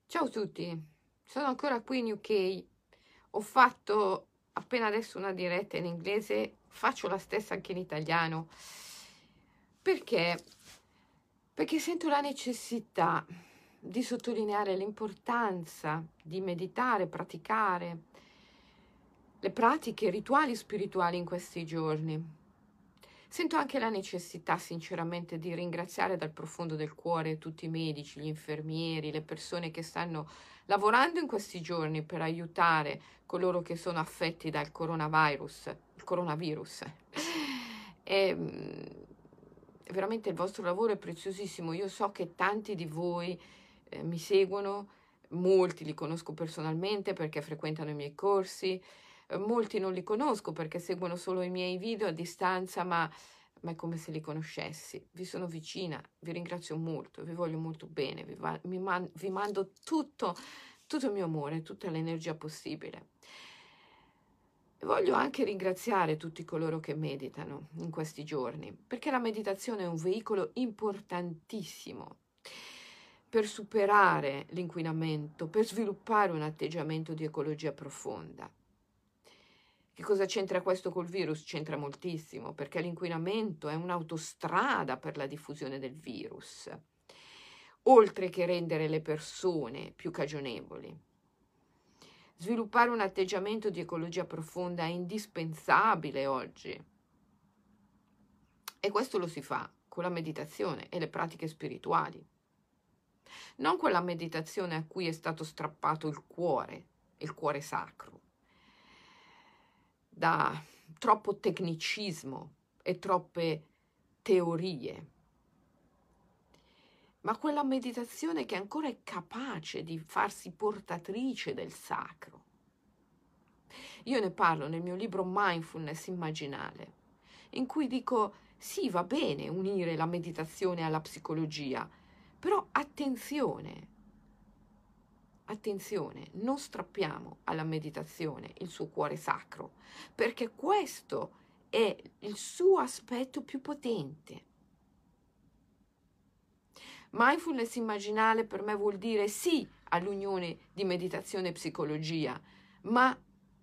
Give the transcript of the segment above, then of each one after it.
Ciao a tutti, sono ancora qui in UK. Ho fatto appena adesso una diretta in inglese, faccio la stessa anche in italiano. Perché? Perché sento la necessità di sottolineare l'importanza di meditare, praticare le pratiche rituali spirituali in questi giorni. Sento anche la necessità, sinceramente, di ringraziare dal profondo del cuore tutti i medici, gli infermieri, le persone che stanno lavorando in questi giorni per aiutare coloro che sono affetti dal coronavirus, il coronavirus. E, veramente il vostro lavoro è preziosissimo. Io so che tanti di voi mi seguono, molti li conosco personalmente perché frequentano i miei corsi. Molti non li conosco perché seguono solo i miei video a distanza, ma è come se li conoscessi. Vi sono vicina, vi ringrazio molto, vi voglio molto bene, vi mando tutto il mio amore, tutta l'energia possibile. E voglio anche ringraziare tutti coloro che meditano in questi giorni, perché la meditazione è un veicolo importantissimo per superare l'inquinamento, per sviluppare un atteggiamento di ecologia profonda. Che cosa c'entra questo col virus? C'entra moltissimo, perché l'inquinamento è un'autostrada per la diffusione del virus, oltre che rendere le persone più cagionevoli. Sviluppare un atteggiamento di ecologia profonda è indispensabile oggi. E questo lo si fa con la meditazione e le pratiche spirituali. Non quella meditazione a cui è stato strappato il cuore sacro, da troppo tecnicismo e troppe teorie, ma quella meditazione che ancora è capace di farsi portatrice del sacro. Io ne parlo nel mio libro Mindfulness Immaginale, in cui dico sì, va bene unire la meditazione alla psicologia, però attenzione, non strappiamo alla meditazione il suo cuore sacro, perché questo è il suo aspetto più potente. Mindfulness immaginale per me vuol dire sì all'unione di meditazione e psicologia, ma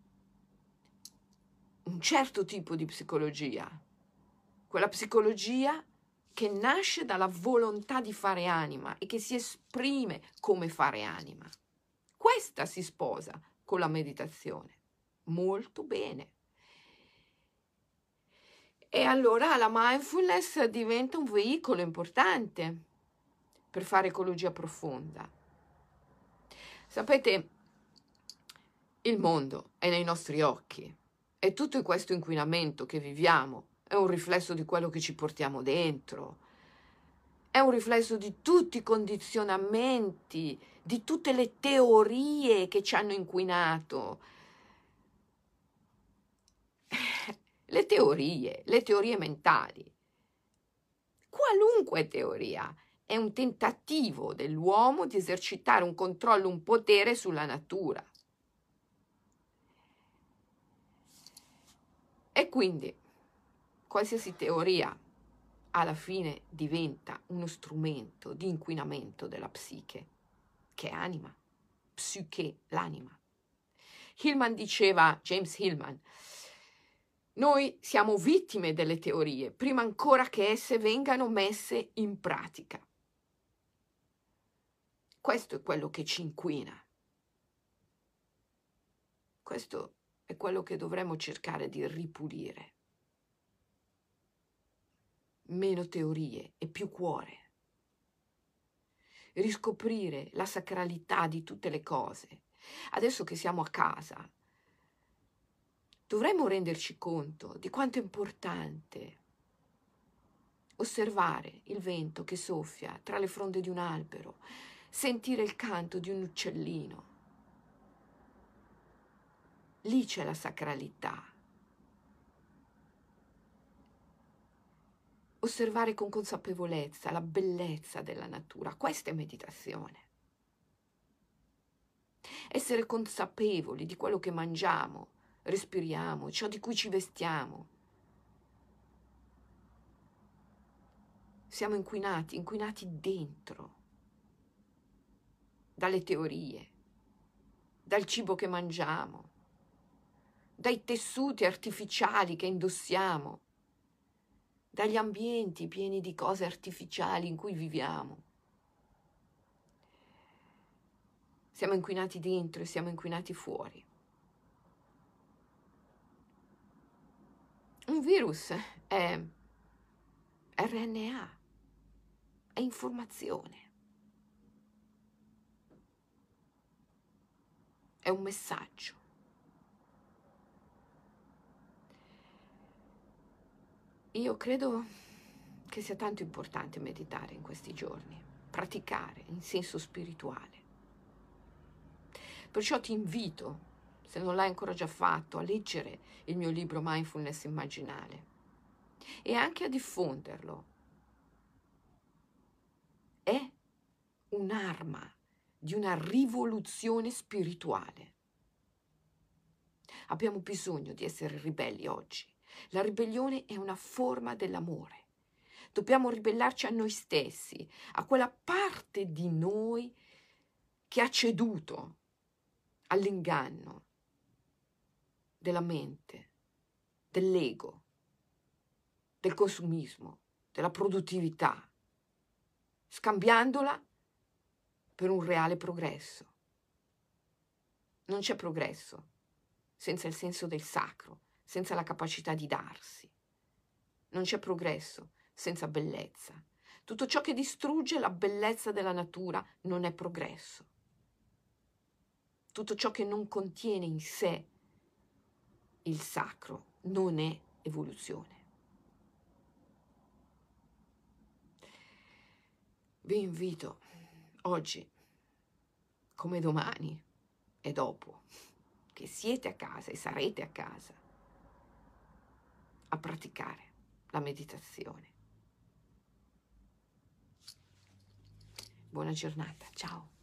un certo tipo di psicologia, quella psicologia che nasce dalla volontà di fare anima e che si esprime come fare anima. Questa si sposa con la meditazione. Molto bene. E allora la mindfulness diventa un veicolo importante per fare ecologia profonda. Sapete, il mondo è nei nostri occhi e tutto questo inquinamento che viviamo è un riflesso di quello che ci portiamo dentro, è un riflesso di tutti i condizionamenti, di tutte le teorie che ci hanno inquinato. Le teorie mentali, qualunque teoria, è un tentativo dell'uomo di esercitare un controllo, un potere sulla natura. E quindi qualsiasi teoria alla fine diventa uno strumento di inquinamento della psiche, che è anima, psiche, l'anima. James Hillman, noi siamo vittime delle teorie prima ancora che esse vengano messe in pratica. Questo è quello che ci inquina. Questo è quello che dovremmo cercare di ripulire. Meno teorie e più cuore. Riscoprire la sacralità di tutte le cose. Adesso che siamo a casa, dovremmo renderci conto di quanto è importante osservare il vento che soffia tra le fronde di un albero, sentire il canto di un uccellino. Lì c'è la sacralità. Osservare con consapevolezza la bellezza della natura, questa è meditazione. Essere consapevoli di quello che mangiamo, respiriamo, ciò di cui ci vestiamo. Siamo inquinati dentro. dalle teorie, dal cibo che mangiamo, dai tessuti artificiali che indossiamo, dagli ambienti pieni di cose artificiali in cui viviamo. Siamo inquinati dentro e siamo inquinati fuori. Un virus è RNA, è informazione, è un messaggio. Io credo che sia tanto importante meditare in questi giorni, praticare in senso spirituale. Perciò ti invito, se non l'hai ancora già fatto, a leggere il mio libro Mindfulness Immaginale e anche a diffonderlo. È un'arma di una rivoluzione spirituale. Abbiamo bisogno di essere ribelli oggi. La ribellione è una forma dell'amore. Dobbiamo ribellarci a noi stessi, a quella parte di noi che ha ceduto all'inganno della mente, dell'ego, del consumismo, della produttività, scambiandola per un reale progresso. Non c'è progresso senza il senso del sacro, senza la capacità di darsi. Non c'è progresso senza bellezza. Tutto ciò che distrugge la bellezza della natura non è progresso. Tutto ciò che non contiene in sé il sacro non è evoluzione. Vi invito oggi, come domani e dopo, che siete a casa e sarete a casa, a praticare la meditazione. Buona giornata, ciao.